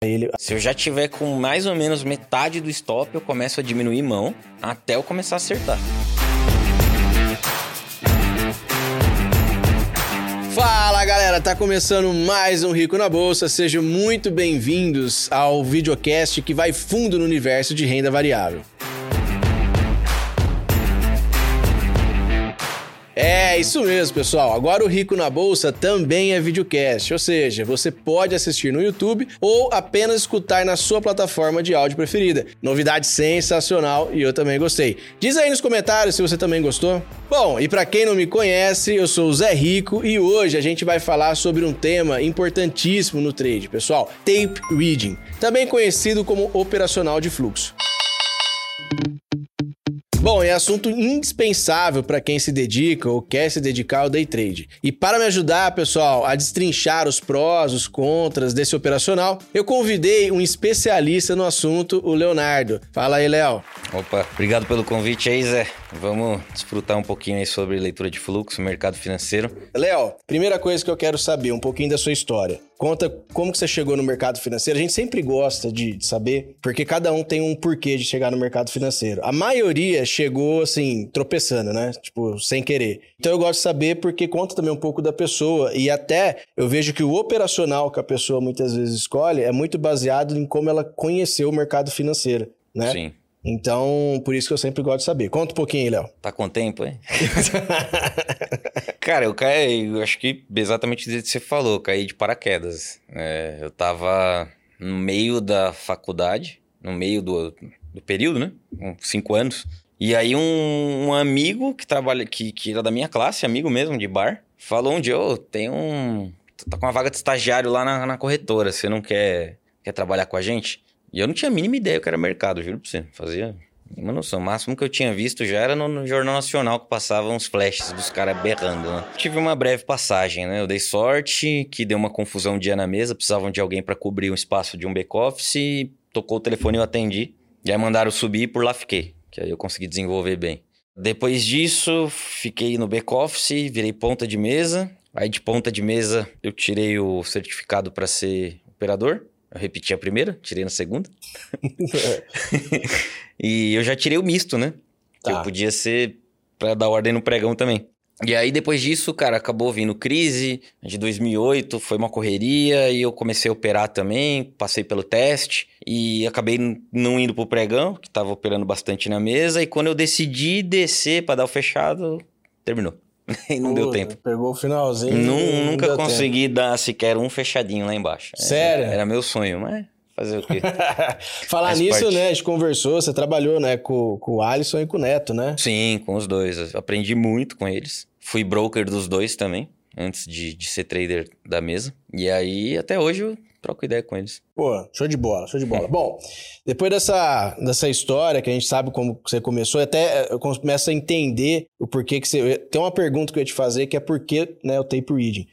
Se eu já tiver com mais ou menos metade do stop, eu começo a diminuir mão até eu começar a acertar. Fala galera, tá começando mais um Rico na Bolsa, sejam muito bem-vindos ao videocast que vai fundo no universo de renda variável. É isso mesmo, pessoal. Agora o Rico na Bolsa também é videocast, ou seja, você pode assistir no YouTube ou apenas escutar na sua plataforma de áudio preferida. Novidade sensacional e eu também gostei. Diz aí nos comentários se você também gostou. Bom, e para quem não me conhece, eu sou o Zé Rico e hoje a gente vai falar sobre um tema importantíssimo no trade, pessoal. Tape Reading, também conhecido como operacional de fluxo. Bom, é assunto indispensável para quem se dedica ou quer se dedicar ao day trade. E para me ajudar, pessoal, a destrinchar os prós, os contras desse operacional, eu convidei um especialista no assunto, o Leonardo. Fala aí, Léo. Opa, obrigado pelo convite aí, Zé. Vamos desfrutar um pouquinho aí sobre leitura de fluxo, mercado financeiro. Léo, primeira coisa que eu quero saber, um pouquinho da sua história. Conta como que você chegou no mercado financeiro. A gente sempre gosta de saber, porque cada um tem um porquê de chegar no mercado financeiro. A maioria chegou, assim, tropeçando, né? Tipo, sem querer. Então eu gosto de saber porque conta também um pouco da pessoa. E até eu vejo que o operacional que a pessoa muitas vezes escolhe é muito baseado em como ela conheceu o mercado financeiro, né? Sim. Então, por isso que eu sempre gosto de saber. Conta um pouquinho aí, Léo. Tá com tempo, hein? Cara, eu acho que exatamente do que você falou, eu caí de paraquedas. Eu tava no meio da faculdade, no meio do período, né? Com 5 anos. E aí um amigo que trabalha, que era da minha classe, amigo mesmo, de bar, falou um dia, tá com uma vaga de estagiário lá na corretora, você não quer trabalhar com a gente? E eu não tinha a mínima ideia do que era mercado, juro pra você. Fazia nenhuma noção. O máximo que eu tinha visto já era no Jornal Nacional, que passavam uns flashes dos caras berrando, né? Tive uma breve passagem, né? Eu dei sorte, que deu uma confusão um dia na mesa, precisavam de alguém pra cobrir um espaço de um back-office, tocou o telefone e eu atendi. E aí mandaram subir e por lá fiquei, que aí eu consegui desenvolver bem. Depois disso, fiquei no back-office, virei ponta de mesa. Aí de ponta de mesa eu tirei o certificado pra ser operador. Eu repeti a primeira, tirei na segunda. E eu já tirei o misto, né? Que eu podia ser pra dar ordem no pregão também. E aí, depois disso, cara, acabou vindo crise de 2008, foi uma correria e eu comecei a operar também, passei pelo teste e acabei não indo pro pregão, que tava operando bastante na mesa. E quando eu decidi descer pra dar o fechado, terminou. E não deu tempo. Pegou o finalzinho. Nunca consegui dar sequer um fechadinho lá embaixo. Sério? Era meu sonho, mas fazer o quê? Falar nisso, né? A gente conversou, você trabalhou, né? Com o Alisson e com o Neto, né? Sim, com os dois. Eu aprendi muito com eles. Fui broker dos dois também, antes de ser trader da mesa. E aí, até hoje, eu troco ideia com eles. Pô, show de bola, show de bola. Bom, depois dessa história que a gente sabe como você começou, até eu começo a entender o porquê que você... Tem uma pergunta que eu ia te fazer, que é por que, né, o tape reading.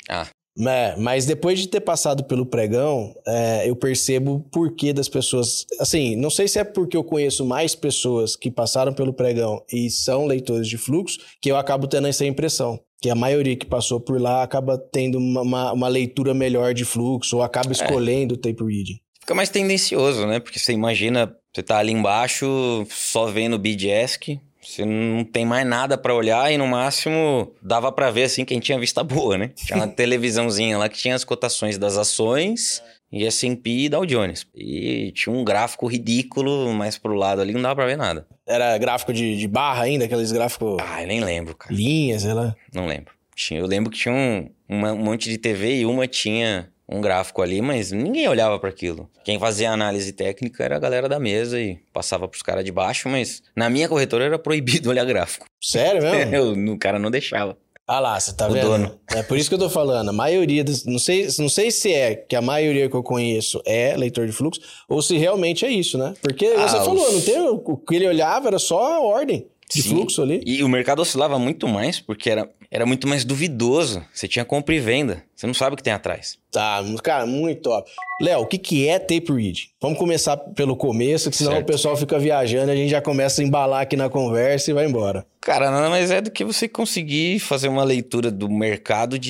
Mas depois de ter passado pelo pregão, eu percebo o porquê das pessoas... Assim, não sei se é porque eu conheço mais pessoas que passaram pelo pregão e são leitores de fluxo, que eu acabo tendo essa impressão. Que a maioria que passou por lá acaba tendo uma leitura melhor de fluxo ou acaba escolhendo o tape reading. Fica mais tendencioso, né? Porque você imagina, você tá ali embaixo só vendo o bid-ask, você não tem mais nada pra olhar e no máximo dava pra ver assim quem tinha vista boa, né? Tinha uma televisãozinha lá que tinha as cotações das ações e S&P e Dow Jones. E tinha um gráfico ridículo mais pro lado ali, não dava pra ver nada. Era gráfico de barra ainda, aqueles gráficos... Eu nem lembro, cara. Linhas, sei lá. Não lembro. Eu lembro que tinha um monte de TV e uma tinha um gráfico ali, mas ninguém olhava para aquilo. Quem fazia análise técnica era a galera da mesa e passava pros caras de baixo, mas na minha corretora era proibido olhar gráfico. Sério mesmo? O cara não deixava. Ah lá, você tá vendo? Dono. É por isso que eu tô falando. A maioria... Não sei se é que a maioria que eu conheço é leitor de fluxo ou se realmente é isso, né? Porque você falou, não tem, o que ele olhava era só a ordem de fluxo ali. E o mercado oscilava muito mais porque era muito mais duvidoso. Você tinha compra e venda. Você não sabe o que tem atrás. Tá, cara, muito top. Léo, o que é tape reading? Vamos começar pelo começo, que senão o pessoal fica viajando e a gente já começa a embalar aqui na conversa e vai embora. Cara, nada mais é do que você conseguir fazer uma leitura do mercado de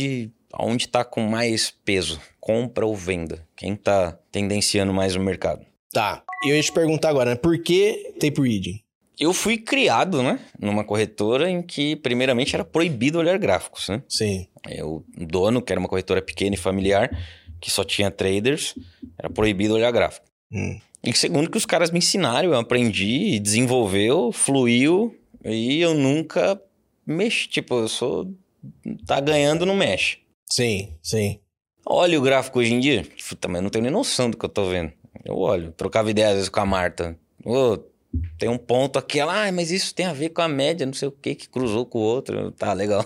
Onde está com mais peso? Compra ou venda? Quem está tendenciando mais no mercado? Tá. E eu ia te perguntar agora, né? Por que tape reading? Eu fui criado, né, numa corretora em que, primeiramente, era proibido olhar gráficos, né? Sim. O dono, que era uma corretora pequena e familiar, que só tinha traders, era proibido olhar gráfico. E segundo, que os caras me ensinaram, eu aprendi, desenvolveu, fluiu, e eu nunca mexi. Tipo, eu sou... Tá ganhando, não mexe. Sim, sim. Olha o gráfico hoje em dia. Também não tenho nem noção do que eu tô vendo. Eu olho, trocava ideia às vezes com a Marta. Tem um ponto aqui, ela, mas isso tem a ver com a média, não sei o que cruzou com o outro. Tá, legal.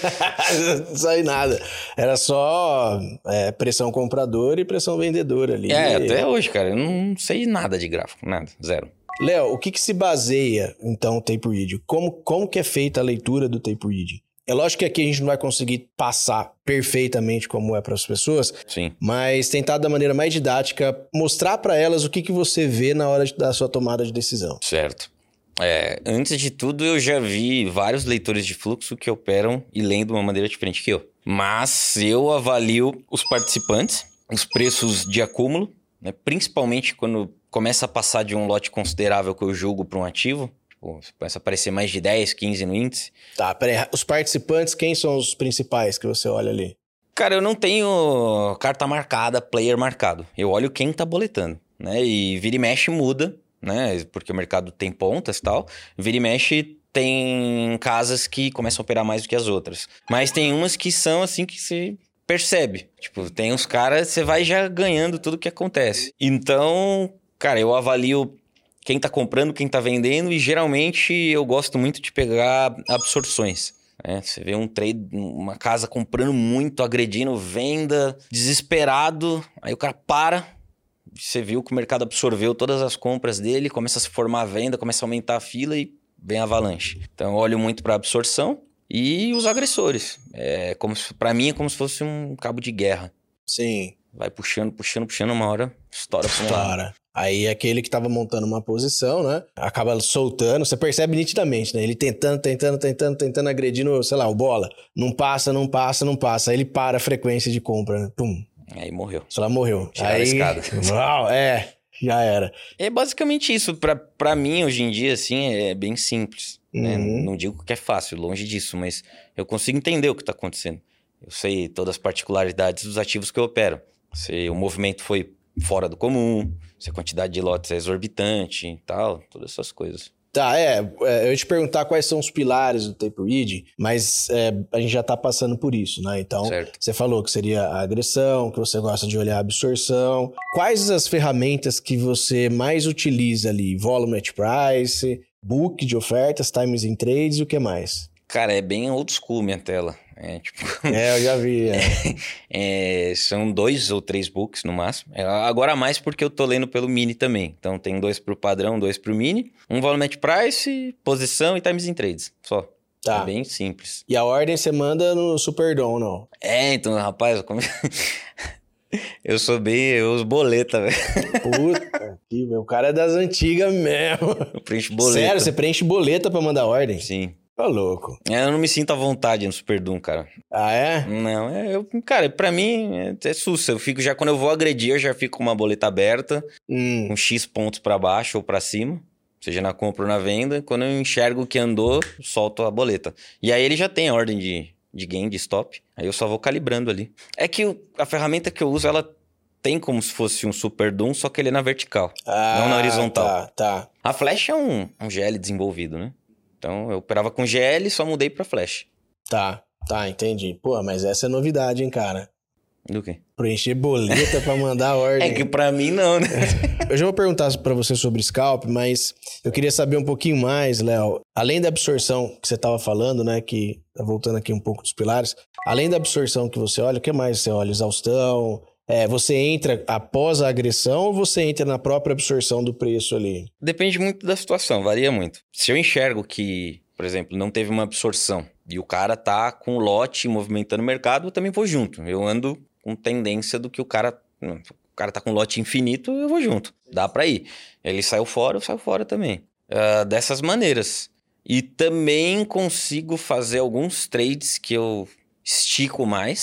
Não sai nada. Era só pressão compradora e pressão vendedora ali. Até hoje, cara, eu não sei nada de gráfico, nada, zero. Léo, o que se baseia, então, o tape reading? Como que é feita a leitura do tape reading? É lógico que aqui a gente não vai conseguir passar perfeitamente como é para as pessoas, sim, mas tentar da maneira mais didática mostrar para elas o que você vê na hora da sua tomada de decisão. Certo. Antes de tudo, eu já vi vários leitores de fluxo que operam e leem de uma maneira diferente que eu. Mas eu avalio os participantes, os preços de acúmulo, né? Principalmente quando começa a passar de um lote considerável que eu julgo para um ativo. Começa a aparecer mais de 10, 15 no índice. Tá, peraí. Os participantes, quem são os principais que você olha ali? Cara, eu não tenho carta marcada, player marcado. Eu olho quem tá boletando, né? E vira e mexe muda, né? Porque o mercado tem pontas e tal. Vira e mexe tem casas que começam a operar mais do que as outras. Mas tem umas que são assim que você percebe. Tipo, tem uns caras, você vai já ganhando tudo que acontece. Então, cara, eu avalio quem tá comprando, quem tá vendendo, e geralmente eu gosto muito de pegar absorções. Você vê um trade, uma casa comprando muito, agredindo, venda, desesperado, aí o cara para, você viu que o mercado absorveu todas as compras dele, começa a se formar a venda, começa a aumentar a fila e vem a avalanche. Então eu olho muito para absorção e os agressores. Para mim é como se fosse um cabo de guerra. Sim. Vai puxando, uma hora estoura pra um lado. Aí aquele que tava montando uma posição, né? Acaba soltando, você percebe nitidamente, né? Ele tentando, agredindo, sei lá, o bola. Não passa. Aí ele para a frequência de compra, né? Pum. Aí morreu. Sei lá, morreu. Tiraram a escada. Uau, já era. É basicamente isso. Pra mim, hoje em dia, assim, é bem simples. Né? Não digo que é fácil, longe disso, mas eu consigo entender o que tá acontecendo. Eu sei todas as particularidades dos ativos que eu opero. Se o movimento foi fora do comum, se a quantidade de lotes é exorbitante e tal, todas essas coisas. Tá, eu ia te perguntar quais são os pilares do tape reading, mas a gente já tá passando por isso, né? Então, certo. Você falou que seria a agressão, que você gosta de olhar a absorção. Quais as ferramentas que você mais utiliza ali? Volume at price, book de ofertas, times in trades e o que mais? Cara, é bem old school minha tela. Eu já vi. São 2 ou 3 books no máximo. Agora mais porque eu tô lendo pelo mini também. Então tem 2 pro padrão, 2 pro mini. Um volume at price, posição e times in trades. Só. Tá. É bem simples. E a ordem você manda no Superdom, não? Então, rapaz, eu sou bem... Eu uso boleta, velho. Puta que... O cara é das antigas mesmo. Eu preencho boleta. Sério? Você preenche boleta pra mandar ordem? Sim. Tá louco. Eu não me sinto à vontade no Superdom, cara. Ah, é? Não, cara, pra mim é sussa. Eu fico já, quando eu vou agredir, eu já fico com uma boleta aberta, com X pontos pra baixo ou pra cima, seja na compra ou na venda. Quando eu enxergo que andou, solto a boleta. E aí ele já tem a ordem de gain, de stop. Aí eu só vou calibrando ali. É que a ferramenta que eu uso, ela tem como se fosse um Superdom, só que ele é na vertical, não na horizontal. Tá. A Flash é um GL desenvolvido, né? Então, eu operava com GL e só mudei pra Flash. Tá, entendi. Pô, mas essa é novidade, hein, cara? Do quê? Preencher boleta pra mandar ordem. É que pra mim não, né? Eu já vou perguntar pra você sobre Scalp, mas eu queria saber um pouquinho mais, Léo. Além da absorção que você tava falando, né, que voltando aqui um pouco dos pilares, além da absorção que você olha, o que mais você olha? Exaustão... você entra após a agressão ou você entra na própria absorção do preço ali? Depende muito da situação, varia muito. Se eu enxergo que, por exemplo, não teve uma absorção e o cara tá com o lote movimentando o mercado, eu também vou junto. Eu ando com tendência do que o cara tá com lote infinito, eu vou junto. Dá pra ir. Ele saiu fora, eu saio fora também. Dessas maneiras. E também consigo fazer alguns trades que eu estico mais,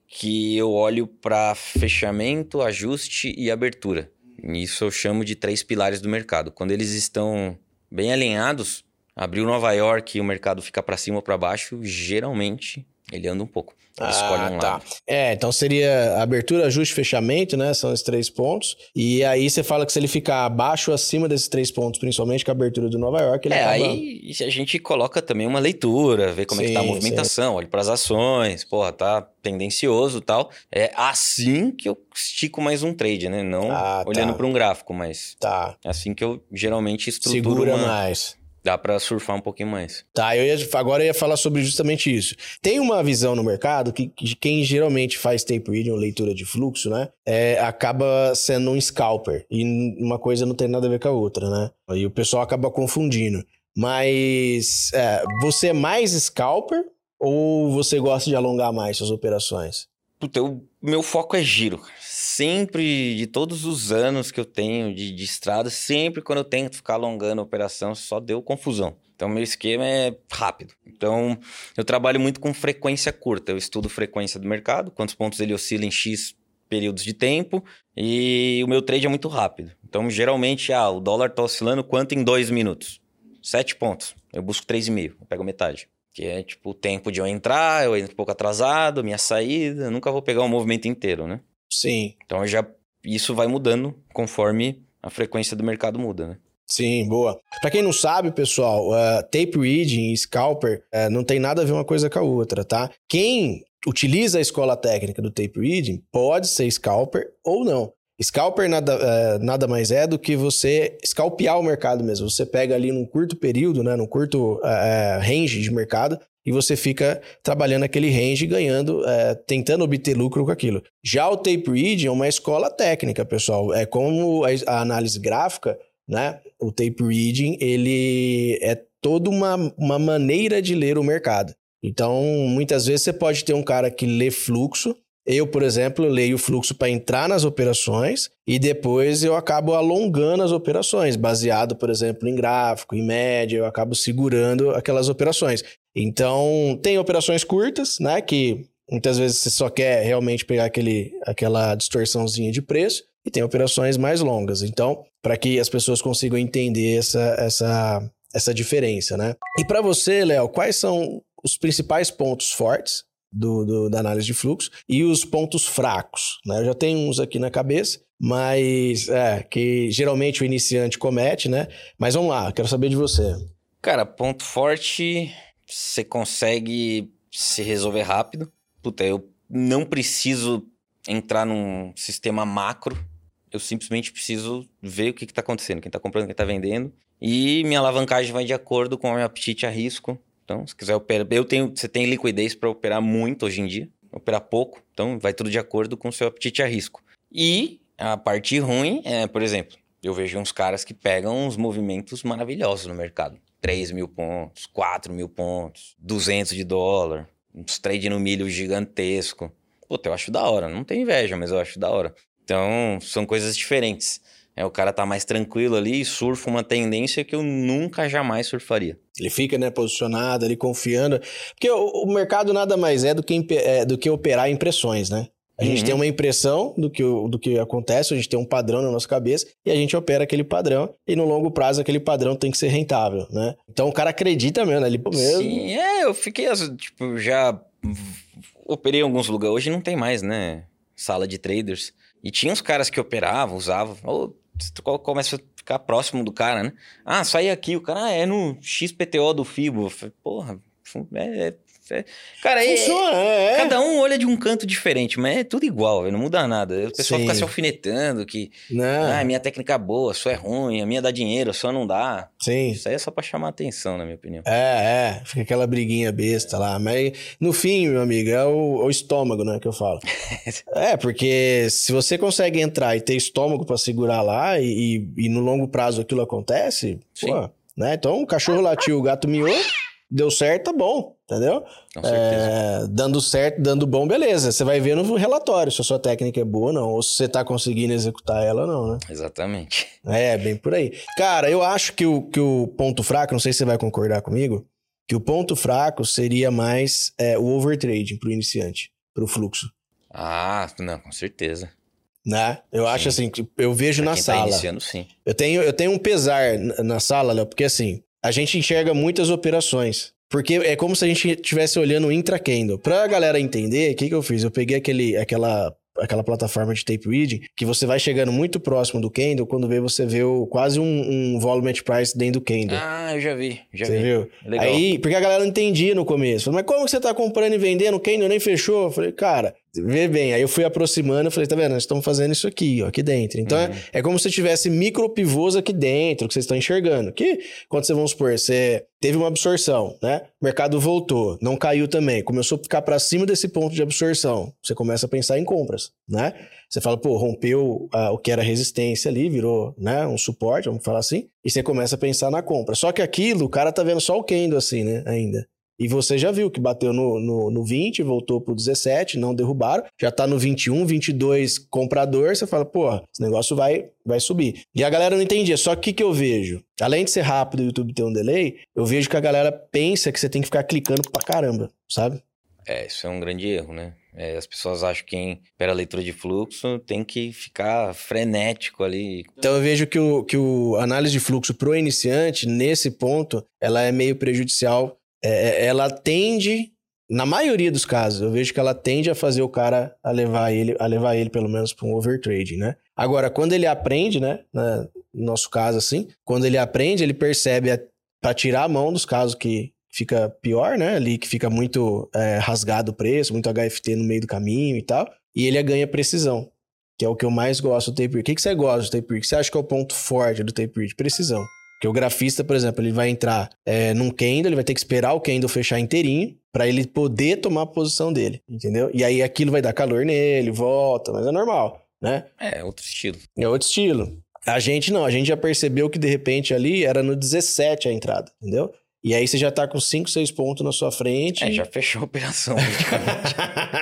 que eu olho para fechamento, ajuste e abertura. Isso eu chamo de 3 pilares do mercado. Quando eles estão bem alinhados, abriu Nova York e o mercado fica para cima ou para baixo, geralmente ele anda um pouco. Ele escolhe um lado. Então seria abertura, ajuste, fechamento, né? São os 3 pontos. E aí você fala que se ele ficar abaixo ou acima desses 3 pontos, principalmente com a abertura do Nova York, ele acaba... Aí a gente coloca também uma leitura, vê como é que tá a movimentação, olha para as ações, porra, tá tendencioso e tal. É assim que eu estico mais um trade, né? Não olhando para um gráfico, mas é assim que eu geralmente estruturo. Segura mais. Dá pra surfar um pouquinho mais. Agora eu ia falar sobre justamente isso. Tem uma visão no mercado que quem geralmente faz tape reading ou leitura de fluxo, né? Acaba sendo um scalper. E uma coisa não tem nada a ver com a outra, né? E o pessoal acaba confundindo. Mas você é mais scalper ou você gosta de alongar mais suas operações? Puta, meu foco é giro. Sempre, de todos os anos que eu tenho de estrada, sempre quando eu tento ficar alongando a operação, só deu confusão. Então, meu esquema é rápido. Então, eu trabalho muito com frequência curta. Eu estudo frequência do mercado, quantos pontos ele oscila em X períodos de tempo, e o meu trade é muito rápido. Então, geralmente, o dólar tá oscilando quanto em 2 minutos? 7 pontos. Eu busco 3,5, eu pego metade. Que é tipo o tempo de eu entrar, eu entro um pouco atrasado, minha saída, eu nunca vou pegar o movimento inteiro, né? Sim. Então isso vai mudando conforme a frequência do mercado muda, né? Sim, boa. Pra quem não sabe, pessoal, tape reading e scalper não tem nada a ver uma coisa com a outra, tá? Quem utiliza a escola técnica do tape reading pode ser scalper ou não. Scalper nada mais é do que você scalpear o mercado mesmo. Você pega ali num curto período, né, num curto range de mercado, e você fica trabalhando aquele range, ganhando, tentando obter lucro com aquilo. Já o tape reading é uma escola técnica, pessoal. É como a análise gráfica, né? O tape reading, ele é toda uma maneira de ler o mercado. Então, muitas vezes você pode ter um cara que lê fluxo. Eu, por exemplo, leio o fluxo para entrar nas operações e depois eu acabo alongando as operações, baseado, por exemplo, em gráfico, em média, eu acabo segurando aquelas operações. Então, tem operações curtas, né, que muitas vezes você só quer realmente pegar aquela distorçãozinha de preço, e tem operações mais longas. Então, para que as pessoas consigam entender essa diferença, né? E para você, Léo, quais são os principais pontos fortes da análise de fluxo e os pontos fracos, né? Eu já tenho uns aqui na cabeça, mas que geralmente o iniciante comete, né? Mas vamos lá, quero saber de você. Cara, ponto forte, você consegue se resolver rápido. Puta, eu não preciso entrar num sistema macro, eu simplesmente preciso ver o que está acontecendo, quem está comprando, quem está vendendo, e minha alavancagem vai de acordo com o meu apetite a risco. Então, se quiser operar... Você tem liquidez para operar muito hoje em dia, operar pouco, então vai tudo de acordo com o seu apetite a risco. E a parte ruim é, por exemplo, eu vejo uns caras que pegam uns movimentos maravilhosos no mercado. 3.000 pontos, 4.000 pontos, 200 de dólar, uns trade no milho gigantesco. Puta, eu acho da hora, não tenho inveja, mas eu acho da hora. Então, são coisas diferentes. O cara tá mais tranquilo ali e surfa uma tendência que eu nunca, jamais surfaria. Ele fica, né, posicionado ali, confiando. Porque o mercado nada mais é do que operar impressões, né? A gente tem uma impressão do que acontece, a gente tem um padrão na nossa cabeça e a gente opera aquele padrão e no longo prazo aquele padrão tem que ser rentável, né? Então o cara acredita mesmo, né? Ele mesmo. Sim, eu fiquei, tipo, já operei em alguns lugares. Hoje não tem mais, né? Sala de traders. E tinha uns caras que operavam, usavam... Tu começa a ficar próximo do cara, né? Sai aqui, o cara é no XPTO do FIBO. Falei, porra, cara, funciona, cada um olha de um canto diferente, mas é tudo igual, não muda nada. O pessoal fica se alfinetando que minha técnica é boa, a sua é ruim, a minha dá dinheiro, a sua não dá. Sim. Isso aí é só pra chamar atenção, na minha opinião. Fica aquela briguinha besta lá, mas no fim, meu amigo, é o estômago, né, que eu falo. Porque se você consegue entrar e ter estômago pra segurar lá e no longo prazo aquilo acontece, pô, né? Então o cachorro latiu, o gato miou, deu certo, tá bom, entendeu? Com certeza. Dando certo, dando bom, beleza. Você vai ver no relatório se a sua técnica é boa ou não, ou se você tá conseguindo executar ela ou não, né? Exatamente. Bem por aí. Cara, eu acho que o ponto fraco, não sei se você vai concordar comigo, que o ponto fraco seria mais o overtrading pro iniciante, pro fluxo. Ah, não, com certeza. Né? Eu acho assim, que eu vejo Pra na quem sala. tá iniciando, sim. Eu tenho um pesar na sala, Léo, porque assim, a gente enxerga muitas operações. Porque é como se a gente estivesse olhando o intra-candle. Pra galera entender, o que eu fiz? Eu peguei aquela plataforma de tape reading que você vai chegando muito próximo do candle, quando você vê quase um volume at price dentro do candle. Ah, eu já vi. Você viu? Legal. Aí, porque a galera não entendia no começo. Falei, mas como que você tá comprando e vendendo? O candle nem fechou. Eu falei, cara, vê bem. Aí eu fui aproximando e falei, tá vendo? Nós estamos fazendo isso aqui, ó, aqui dentro. Então, é como se tivesse micro pivôs aqui dentro, que vocês estão enxergando. Que, quando você, vamos supor, você teve uma absorção, né? O mercado voltou, não caiu também. Começou a ficar para cima desse ponto de absorção. Você começa a pensar em compras, né? Você fala, pô, rompeu o que era resistência ali, virou, né, um suporte, vamos falar assim, e você começa a pensar na compra. Só que aquilo, o cara tá vendo só o candle assim, né, ainda. E você já viu que bateu no 20, voltou pro 17, não derrubaram, já tá no 21, 22 comprador, você fala, pô, esse negócio vai subir. E a galera não entendia, só que o que eu vejo? Além de ser rápido e o YouTube ter um delay, eu vejo que a galera pensa que você tem que ficar clicando pra caramba, sabe? Isso é um grande erro, né? As pessoas acham que quem opera leitura de fluxo tem que ficar frenético ali. Então eu vejo que o análise de fluxo pro iniciante, nesse ponto, ela é meio prejudicial. Ela tende, na maioria dos casos, eu vejo que ela tende a fazer o cara a levar ele pelo menos para um overtrading, né? Agora, quando ele aprende, né? No nosso caso, assim, quando ele aprende, ele percebe para tirar a mão dos casos que fica pior, né? Ali que fica muito rasgado o preço, muito HFT no meio do caminho e tal. E ele ganha precisão, que é o que eu mais gosto do tape read. O que você gosta do tape read? O que você acha que é o ponto forte do tape read? Precisão. Porque o grafista, por exemplo, ele vai entrar num candle, ele vai ter que esperar o candle fechar inteirinho para ele poder tomar a posição dele, entendeu? E aí aquilo vai dar calor nele, volta, mas é normal, né? É outro estilo. É outro estilo. A gente não, a gente já percebeu que de repente ali era no 17 a entrada, entendeu? E aí você já tá com 5, 6 pontos na sua frente. Já fechou a operação, praticamente.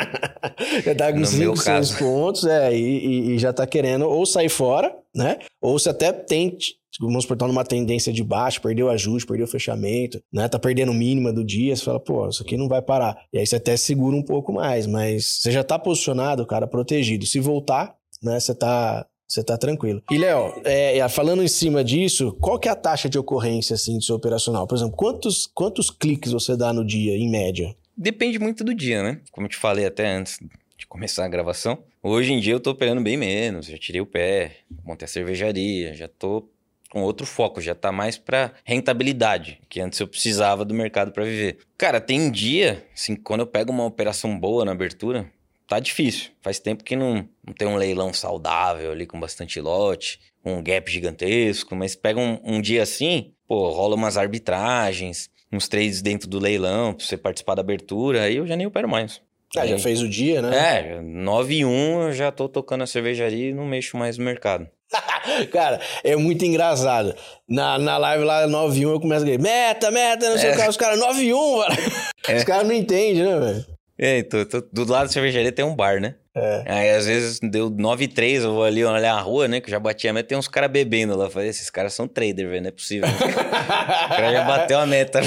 Já tá com 5, 6 pontos, e já tá querendo ou sair fora, né? Ou você até tente, vamos supor, tá numa tendência de baixo, perdeu o ajuste, perdeu o fechamento, né? Tá perdendo o mínima do dia, você fala, pô, isso aqui não vai parar. E aí você até segura um pouco mais, mas você já tá posicionado, cara, protegido. Se voltar, né, você tá tranquilo. E, Léo, falando em cima disso, qual que é a taxa de ocorrência, assim, do seu operacional? Por exemplo, quantos cliques você dá no dia, em média? Depende muito do dia, né? Como eu te falei até antes de começar a gravação. Hoje em dia eu tô operando bem menos, já tirei o pé, montei a cervejaria, já tô com outro foco, já tá mais pra rentabilidade, que antes eu precisava do mercado pra viver. Cara, tem dia, assim, quando eu pego uma operação boa na abertura, tá difícil. Faz tempo que não tem um leilão saudável ali com bastante lote, um gap gigantesco, mas pega um dia assim, pô, rola umas arbitragens, uns trades dentro do leilão pra você participar da abertura, aí eu já nem opero mais. Já fez o dia, né? 9h01 eu já tô tocando a cervejaria e não mexo mais no mercado. Cara, é muito engraçado. Na live lá, 9h01, eu começo a dizer, meta, não sei o que, os caras, 9h01, mano. Os caras não entendem, né, velho? Então, do lado da cervejaria tem um bar, né? Aí, às vezes, deu 9h03, eu vou ali olhar a rua, né? Que eu já bati a meta, tem uns caras bebendo lá. Eu falei, esses caras são trader, velho, não é possível. O cara já bateu a meta.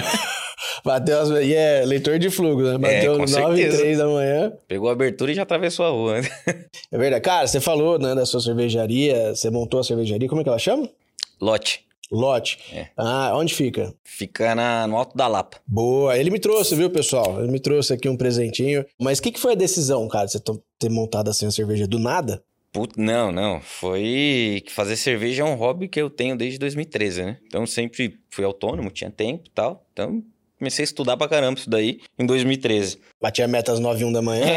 Bateu e leitor de fluxo, né? Bateu 9h03 da manhã. Pegou a abertura e já atravessou a rua. É verdade. Cara, você falou, né, da sua cervejaria, você montou a cervejaria, como é que ela chama? Lote. Onde fica? Fica no Alto da Lapa. Boa, ele me trouxe, viu, pessoal? Ele me trouxe aqui um presentinho. Mas o que foi a decisão, cara, de você ter montado assim a cerveja? Do nada? Não. Foi que fazer cerveja é um hobby que eu tenho desde 2013, né? Então sempre fui autônomo, tinha tempo e tal. Então comecei a estudar pra caramba isso daí em 2013. Batia a meta às 9h01 da manhã?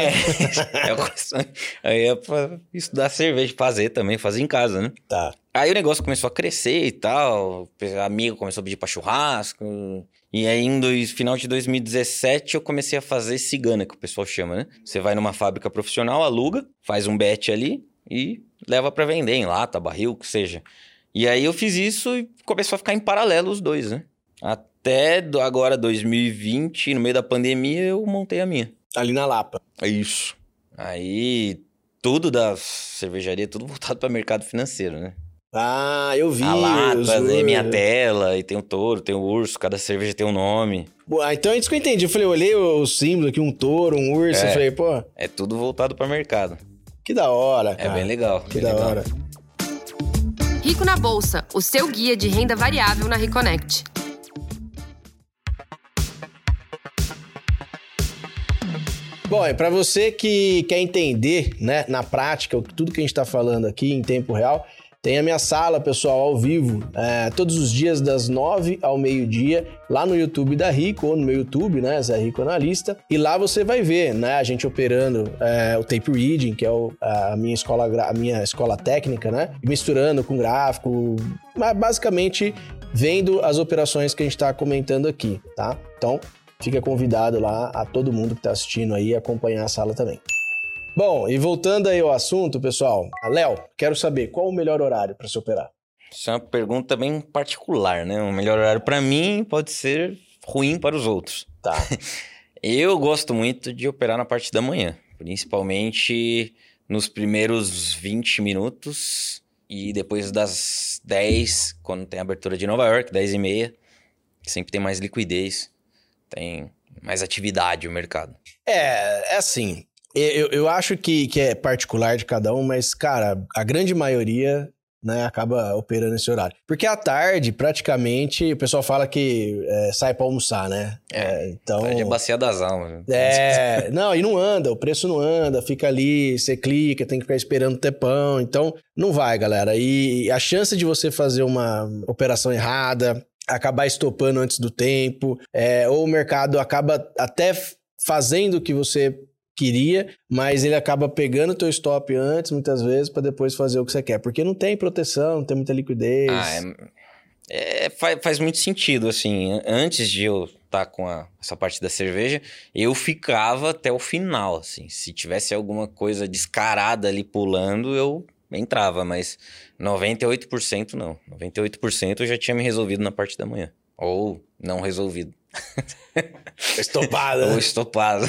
Aí é pra estudar cerveja, fazer em casa, né? Tá. Aí o negócio começou a crescer e tal, amigo começou a pedir pra churrasco, e aí final de 2017 eu comecei a fazer cigana, que o pessoal chama, né? Você vai numa fábrica profissional, aluga, faz um bet ali e leva pra vender em lata, barril, o que seja. E aí eu fiz isso e começou a ficar em paralelo os dois, né? Até agora, 2020, no meio da pandemia, eu montei a minha. Ali na Lapa. Isso. Aí tudo da cervejaria, tudo voltado para mercado financeiro, né? Ah, eu vi. A lata, é minha tela, e tem o touro, tem o urso, cada cerveja tem um nome. Então é isso que eu entendi. Eu olhei o símbolo aqui, um touro, um urso, eu falei, pô... É tudo voltado para mercado. Que da hora, cara. É bem legal. Que da hora. Rico na Bolsa, o seu guia de renda variável na Reconnect. Bom, e para você que quer entender, né, na prática, tudo que a gente está falando aqui em tempo real, tem a minha sala, pessoal, ao vivo, todos os dias das 9 ao meio-dia, lá no YouTube da Rico, ou no meu YouTube, né, Zé Rico Analista, e lá você vai ver, né, a gente operando o tape reading, que é a minha escola técnica, né, misturando com gráfico, mas basicamente vendo as operações que a gente está comentando aqui, tá? Então, fica convidado lá a todo mundo que está assistindo aí a acompanhar a sala também. Bom, e voltando aí ao assunto, pessoal, Léo, quero saber qual o melhor horário para se operar? Isso é uma pergunta bem particular, né? O melhor horário para mim pode ser ruim para os outros. Tá. Eu gosto muito de operar na parte da manhã, principalmente nos primeiros 20 minutos e depois das 10, quando tem a abertura de Nova York, 10h30, sempre tem mais liquidez, tem mais atividade o mercado. É assim... Eu acho que é particular de cada um, mas, cara, a grande maioria, né, acaba operando esse horário. Porque à tarde, praticamente, o pessoal fala que sai pra almoçar, né? Então... É bacia das almas. Não, e não anda, o preço não anda, fica ali, você clica, tem que ficar esperando o tempão, então não vai, galera. E a chance de você fazer uma operação errada, acabar estopando antes do tempo, ou o mercado acaba até fazendo o que você queria, mas ele acaba pegando o teu stop antes, muitas vezes, para depois fazer o que você quer. Porque não tem proteção, não tem muita liquidez. Faz muito sentido, assim. Antes de eu estar com essa parte da cerveja, eu ficava até o final, assim. Se tivesse alguma coisa descarada ali pulando, eu entrava, mas 98% não. 98% eu já tinha me resolvido na parte da manhã. Ou não resolvido. Estopado. Ou estopado.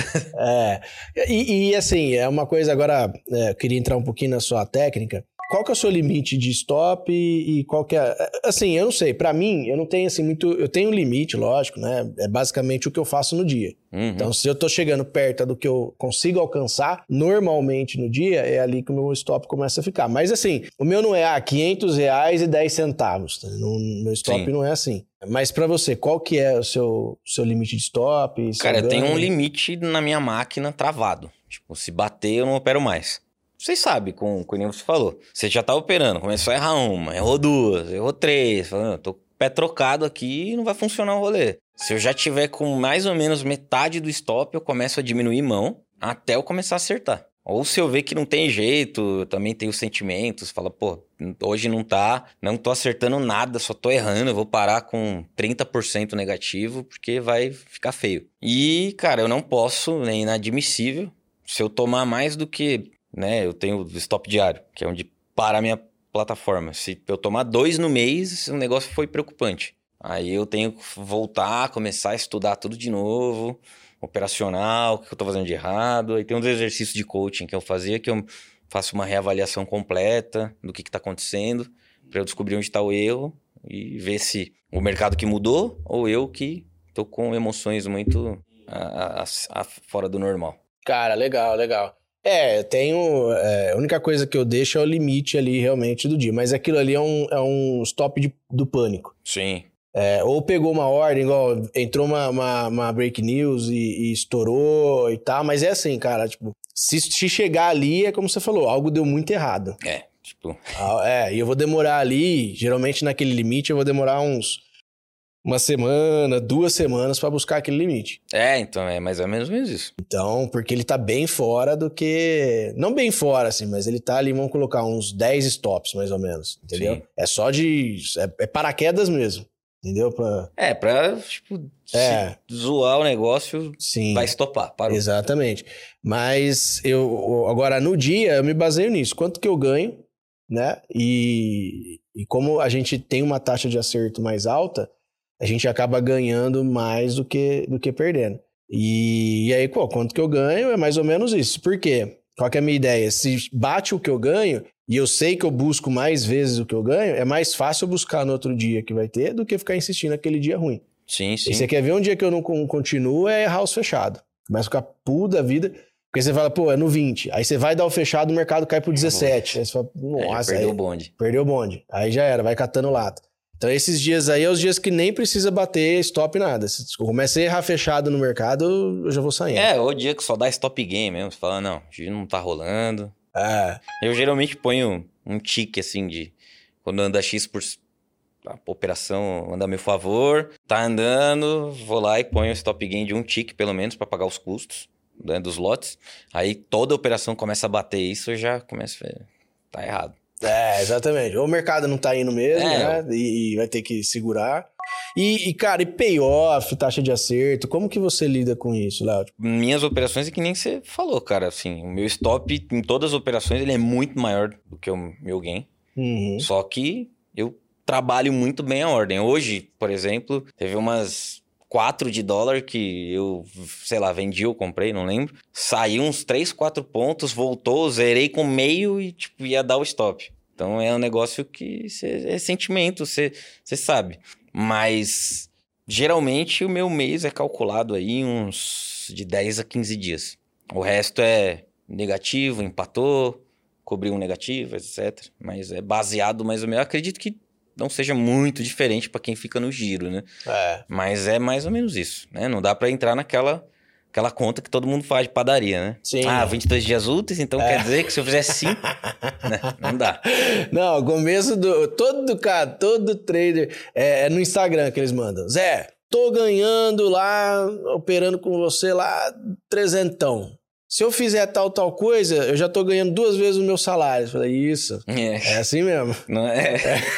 E assim, é uma coisa agora, eu queria entrar um pouquinho na sua técnica. Qual que é o seu limite de stop e qual que é... Assim, eu não sei, pra mim, eu não tenho assim muito... Eu tenho um limite, lógico, né? É basicamente o que eu faço no dia. Uhum. Então, se eu tô chegando perto do que eu consigo alcançar, normalmente no dia, é ali que o meu stop começa a ficar. Mas assim, o meu não é R$500,10. Tá? Meu stop não é assim. Mas pra você, qual que é o seu limite de stop? Cara, eu tenho um limite na minha máquina travado. Tipo, se bater, eu não opero mais. Vocês sabem, com o que você falou. Você já tá operando, começou a errar uma, errou duas, errou três. Falando, tô com o pé trocado aqui e não vai funcionar o rolê. Se eu já tiver com mais ou menos metade do stop, eu começo a diminuir mão até eu começar a acertar. Ou se eu ver que não tem jeito, eu também tenho sentimentos, fala, pô, hoje não tô acertando nada, só tô errando, eu vou parar com 30% negativo, porque vai ficar feio. E, cara, eu não posso, é inadmissível, se eu tomar mais do que... né? Eu tenho o stop diário, que é onde para a minha plataforma. Se eu tomar 2 no mês, o negócio foi preocupante. Aí eu tenho que voltar, começar a estudar tudo de novo, operacional, o que eu tô fazendo de errado. Aí tem uns exercícios de coaching que eu fazia, que eu faço uma reavaliação completa do que tá acontecendo, para eu descobrir onde tá o erro e ver se o mercado que mudou ou eu que tô com emoções muito fora do normal. Cara, legal. Eu tenho... a única coisa que eu deixo é o limite ali realmente do dia. Mas aquilo ali é um stop do pânico. Sim. Ou pegou uma ordem, igual entrou uma break news e estourou e tal. Mas é assim, cara, tipo... Se chegar ali, é como você falou, algo deu muito errado. E eu vou demorar ali, geralmente naquele limite, eu vou demorar uma semana, 2 semanas pra buscar aquele limite. Então é mais ou menos isso. Então, porque ele tá bem fora do que... Não bem fora, assim, mas ele tá ali, vamos colocar uns 10 stops, mais ou menos, entendeu? Sim. É só de... É paraquedas mesmo, entendeu? Pra tipo, se zoar o negócio, sim, vai estopar, parou. Exatamente. Mas agora, no dia, eu me baseio nisso. Quanto que eu ganho, né? E como a gente tem uma taxa de acerto mais alta, a gente acaba ganhando mais do que perdendo. E aí, quanto que eu ganho é mais ou menos isso. Por quê? Qual que é a minha ideia? Se bate o que eu ganho, e eu sei que eu busco mais vezes o que eu ganho, é mais fácil eu buscar no outro dia que vai ter do que ficar insistindo naquele dia ruim. Sim, sim. E você quer ver um dia que eu não continuo, é house fechado. Começa a ficar puto da vida, porque você fala, pô, é no 20. Aí você vai dar o fechado, o mercado cai pro 17. Aí você fala, nossa, perdeu o bonde. Perdeu o bonde. Aí já era, vai catando lata. Então esses dias aí é os dias que nem precisa bater stop nada. Se eu começar a errar fechado no mercado, eu já vou saindo. O dia que só dá stop game mesmo. Você fala, não, hoje não tá rolando. É. Eu geralmente ponho um tique assim de quando anda X por... A operação anda a meu favor, tá andando, vou lá e ponho o stop gain de um tick pelo menos para pagar os custos, né, dos lotes. Aí toda a operação começa a bater isso, eu já começo a ver, tá errado. É, exatamente. Ou o mercado não tá indo mesmo, né? E vai ter que segurar. E cara, e payoff, taxa de acerto, como que você lida com isso, Léo? Minhas operações é que nem você falou, cara, assim, o meu stop em todas as operações ele é muito maior do que o meu gain. Uhum. Só que eu trabalho muito bem a ordem. Hoje, por exemplo, teve umas 4 de dólar que eu, sei lá, vendi ou comprei, não lembro. Saiu uns 3, 4 pontos, voltou, zerei com meio e tipo, ia dar o stop. Então é um negócio que é sentimento, você sabe. Mas geralmente o meu mês é calculado aí uns de 10 a 15 dias. O resto é negativo, empatou, cobriu um negativo, etc. Mas é baseado mais ou menos. Eu acredito que não seja muito diferente para quem fica no giro, né? É. Mas é mais ou menos isso, né? Não dá para entrar naquela conta que todo mundo faz de padaria, né? Sim. 22 dias úteis, então quer dizer que se eu fizer 5, né? Não dá. Não, o começo todo trader é no Instagram que eles mandam. Zé, tô ganhando lá, operando com você lá, 300. Se eu fizer tal coisa, eu já tô ganhando 2 vezes o meu salário. Eu falei, isso. É assim mesmo. Não é?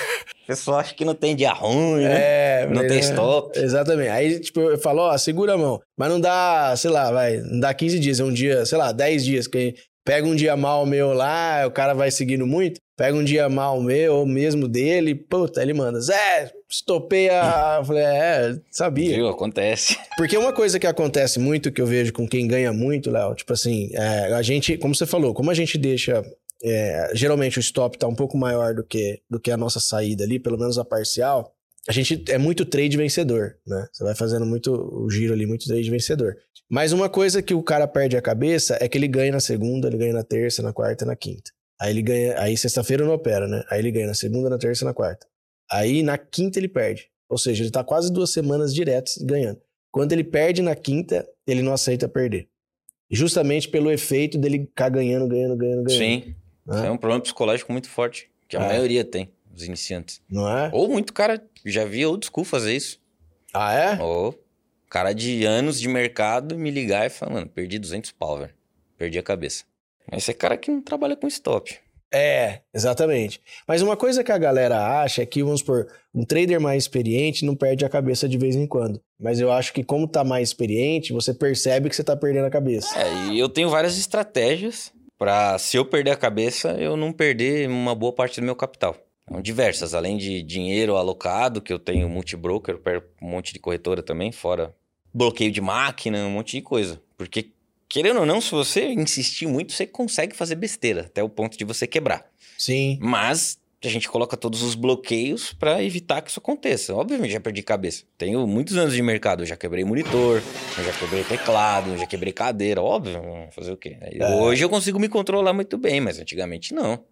O pessoal acha que não tem dia ruim, né? Não tem stop. Exatamente. Aí, tipo, eu falo, ó, segura a mão. Mas não dá, sei lá, não dá 15 dias. É um dia, sei lá, 10 dias. Que pega um dia mal meu lá, o cara vai seguindo muito. Pega um dia mal meu, ou mesmo dele, puta, ele manda, Zé, estopei a... Eu falei, sabia. Viu? Acontece. Porque uma coisa que acontece muito, que eu vejo com quem ganha muito, Léo, tipo assim, a gente, como você falou, como a gente deixa... geralmente o stop tá um pouco maior do que a nossa saída ali, pelo menos a parcial, a gente é muito trade vencedor, né? Você vai fazendo muito o giro ali, muito trade vencedor. Mas uma coisa que o cara perde a cabeça é que ele ganha na segunda, ele ganha na terça, na quarta e na quinta. Aí ele ganha, aí sexta-feira não opera, né? Aí ele ganha na segunda, na terça e na quarta. Aí na quinta ele perde. Ou seja, ele tá quase 2 semanas diretas ganhando. Quando ele perde na quinta, ele não aceita perder. Justamente pelo efeito dele ficar ganhando. Sim. É um problema psicológico muito forte, que a maioria tem, os iniciantes. Não é? Ou muito cara, já vi old school fazer isso. Ah, é? Ou cara de anos de mercado me ligar e falar, mano, perdi 200 pau, velho. Perdi a cabeça. Mas esse é cara que não trabalha com stop. Exatamente. Mas uma coisa que a galera acha é que, vamos supor, um trader mais experiente não perde a cabeça de vez em quando. Mas eu acho que como tá mais experiente, você percebe que você tá perdendo a cabeça. E eu tenho várias estratégias pra, se eu perder a cabeça, eu não perder uma boa parte do meu capital. Então, diversas, além de dinheiro alocado, que eu tenho multibroker, eu perco um monte de corretora também, fora bloqueio de máquina, um monte de coisa. Porque, querendo ou não, se você insistir muito, você consegue fazer besteira, até o ponto de você quebrar. Sim. Mas a gente coloca todos os bloqueios pra evitar que isso aconteça. Obviamente, já perdi cabeça. Tenho muitos anos de mercado. Eu já quebrei monitor, eu já quebrei teclado, eu já quebrei cadeira. Óbvio, fazer o quê? Hoje eu consigo me controlar muito bem, mas antigamente não.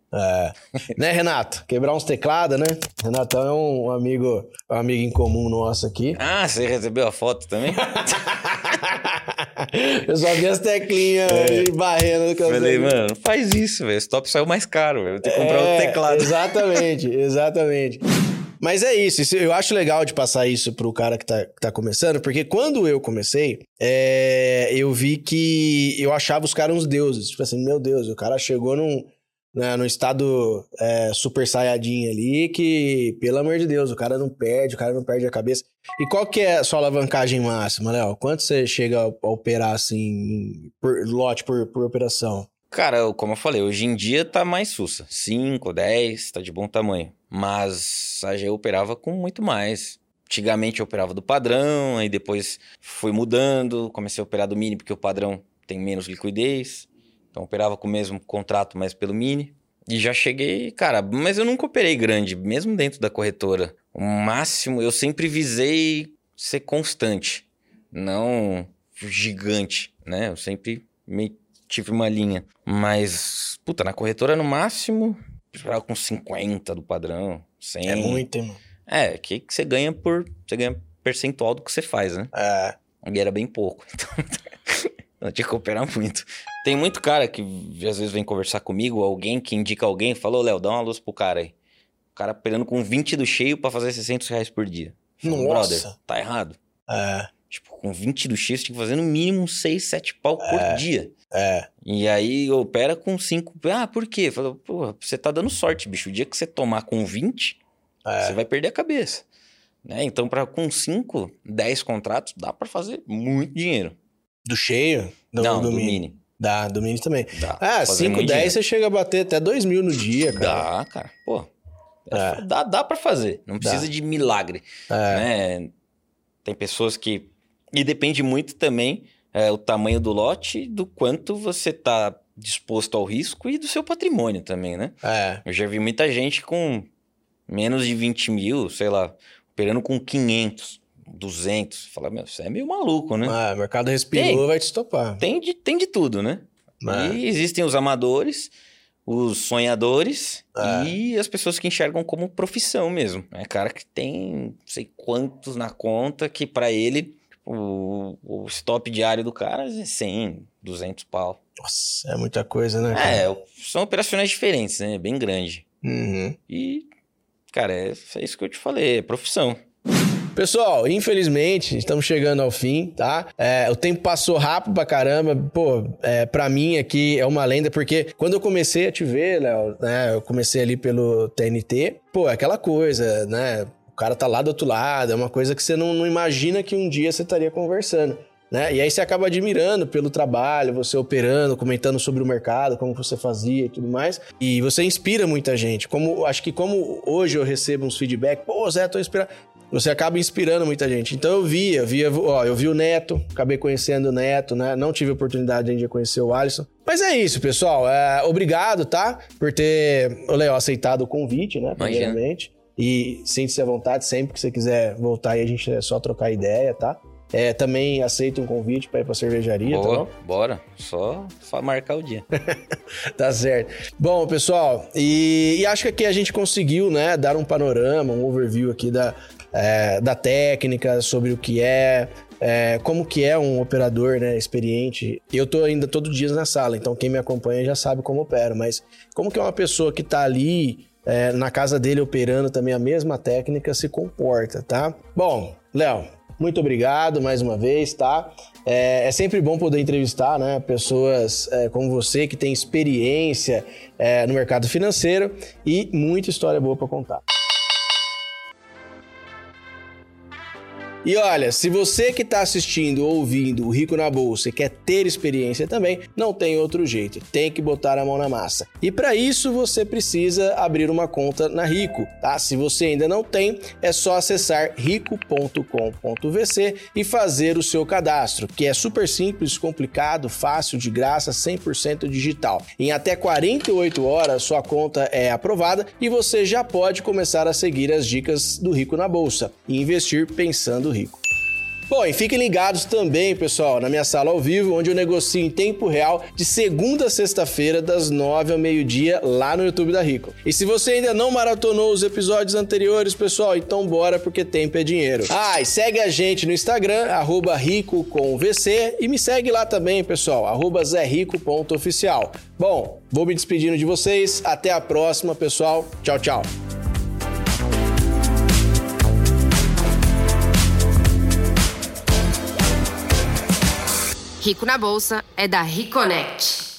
Né, Renato? Quebrar uns teclados, né? Renatão é um amigo em comum nosso aqui. Ah, você recebeu a foto também? Eu só vi as teclinhas barrendo. Falei, mano, não faz isso, velho. Esse top saiu mais caro, velho. Vou ter que comprar outro teclado. Exatamente. Mas é isso, eu acho legal de passar isso pro cara que tá começando, porque quando eu comecei, eu vi que eu achava os caras uns deuses. Tipo assim, meu Deus, o cara chegou num estado super saiyajin ali, que, pelo amor de Deus, o cara não perde a cabeça. E qual que é a sua alavancagem máxima, Léo? Quanto você chega a operar, assim, por lote, por operação? Cara, como eu falei, hoje em dia tá mais sussa. 5, 10, tá de bom tamanho. Mas a eu operava com muito mais. Antigamente eu operava do padrão, aí depois fui mudando, comecei a operar do mini porque o padrão tem menos liquidez. Então operava com o mesmo contrato, mas pelo Mini. E já cheguei, cara, mas eu nunca operei grande, mesmo dentro da corretora. O máximo, eu sempre visei ser constante, não gigante, né? Eu sempre tive uma linha. Mas, puta, na corretora no máximo, eu com 50 do padrão, 100. É muito, hein, mano? É, que você ganha você ganha percentual do que você faz, né? É. E era bem pouco, então eu tinha que operar muito. Tem muito cara que às vezes vem conversar comigo, alguém que indica alguém, falou, Léo, dá uma luz pro cara aí. O cara operando com 20 do cheio pra fazer R$600 por dia. Falo, Nossa. brother, tá errado. É. Tipo, com 20 do cheio, você tinha que fazer no mínimo 6, 7 pau por dia. É. E aí opera com 5. Ah, por quê? Falou, pô, você tá dando sorte, bicho. O dia que você tomar com 20, você vai perder a cabeça. Né? Então, com 5, 10 contratos, dá pra fazer muito dinheiro. Do cheio? Não, do Mini. Dá, do Mini também. Dá, 5, 10 você chega a bater até 2 mil no dia, cara. Dá, cara. Pô, dá pra fazer. Não precisa de milagre. Né? Tem pessoas que... E depende muito também o tamanho do lote, do quanto você tá disposto ao risco e do seu patrimônio também, né? Eu já vi muita gente com menos de 20 mil, sei lá, operando com 500, 200. Fala, meu, você é meio maluco, né? O mercado respirou, vai te estopar. Tem de tudo, né? E existem os amadores, os sonhadores e as pessoas que enxergam como profissão mesmo. É cara que tem não sei quantos na conta que pra ele... O stop diário do cara é 100, 200 pau. Nossa, é muita coisa, né, cara? São operacionais diferentes, né? Bem grande. Uhum. E, cara, é isso que eu te falei, é profissão. Pessoal, infelizmente, estamos chegando ao fim, tá? O tempo passou rápido pra caramba. Pô, pra mim aqui é uma lenda, porque quando eu comecei a te ver, Léo, né? Eu comecei ali pelo TNT. Pô, é aquela coisa, né? O cara tá lá do outro lado, é uma coisa que você não imagina que um dia você estaria conversando, né? E aí você acaba admirando pelo trabalho, você operando, comentando sobre o mercado, como você fazia e tudo mais. E você inspira muita gente. Acho que como hoje eu recebo uns feedback, pô, Zé, tô inspirado. Você acaba inspirando muita gente. Então eu vi o Neto, acabei conhecendo o Neto, né? Não tive a oportunidade ainda de conhecer o Alisson. Mas é isso, pessoal. Obrigado, tá? Por ter, Léo, aceitado o convite, né? Primeiramente. E sinta-se à vontade, sempre que você quiser voltar aí, a gente é só trocar ideia, tá? Também aceito um convite para ir pra cervejaria, tá bom? Bora, só marcar o dia. Tá certo. Bom, pessoal, e acho que aqui a gente conseguiu, né, dar um panorama, um overview aqui da técnica, sobre o que como que é um operador, né, experiente. Eu tô ainda todo dia na sala, então quem me acompanha já sabe como opero, mas como que é uma pessoa que tá ali na casa dele operando também a mesma técnica se comporta, tá? Bom, Léo, muito obrigado mais uma vez, tá? É sempre bom poder entrevistar, né, pessoas como você que tem experiência no mercado financeiro e muita história boa para contar. E olha, se você que está assistindo ou ouvindo o Rico na Bolsa e quer ter experiência também, não tem outro jeito, tem que botar a mão na massa. E para isso você precisa abrir uma conta na Rico, tá? Se você ainda não tem, é só acessar rico.com.vc e fazer o seu cadastro, que é super simples, complicado, fácil, de graça, 100% digital. Em até 48 horas, sua conta é aprovada e você já pode começar a seguir as dicas do Rico na Bolsa e investir pensando rico. Bom, e fiquem ligados também, pessoal, na minha sala ao vivo, onde eu negocio em tempo real de segunda a sexta-feira, das 9 ao meio-dia, lá no YouTube da Rico. E se você ainda não maratonou os episódios anteriores, pessoal, então bora, porque tempo é dinheiro. E segue a gente no Instagram, @rico_com_vc, e me segue lá também, pessoal, @zerico.oficial. Bom, vou me despedindo de vocês, até a próxima, pessoal. Tchau, tchau. Rico na Bolsa é da Riconect.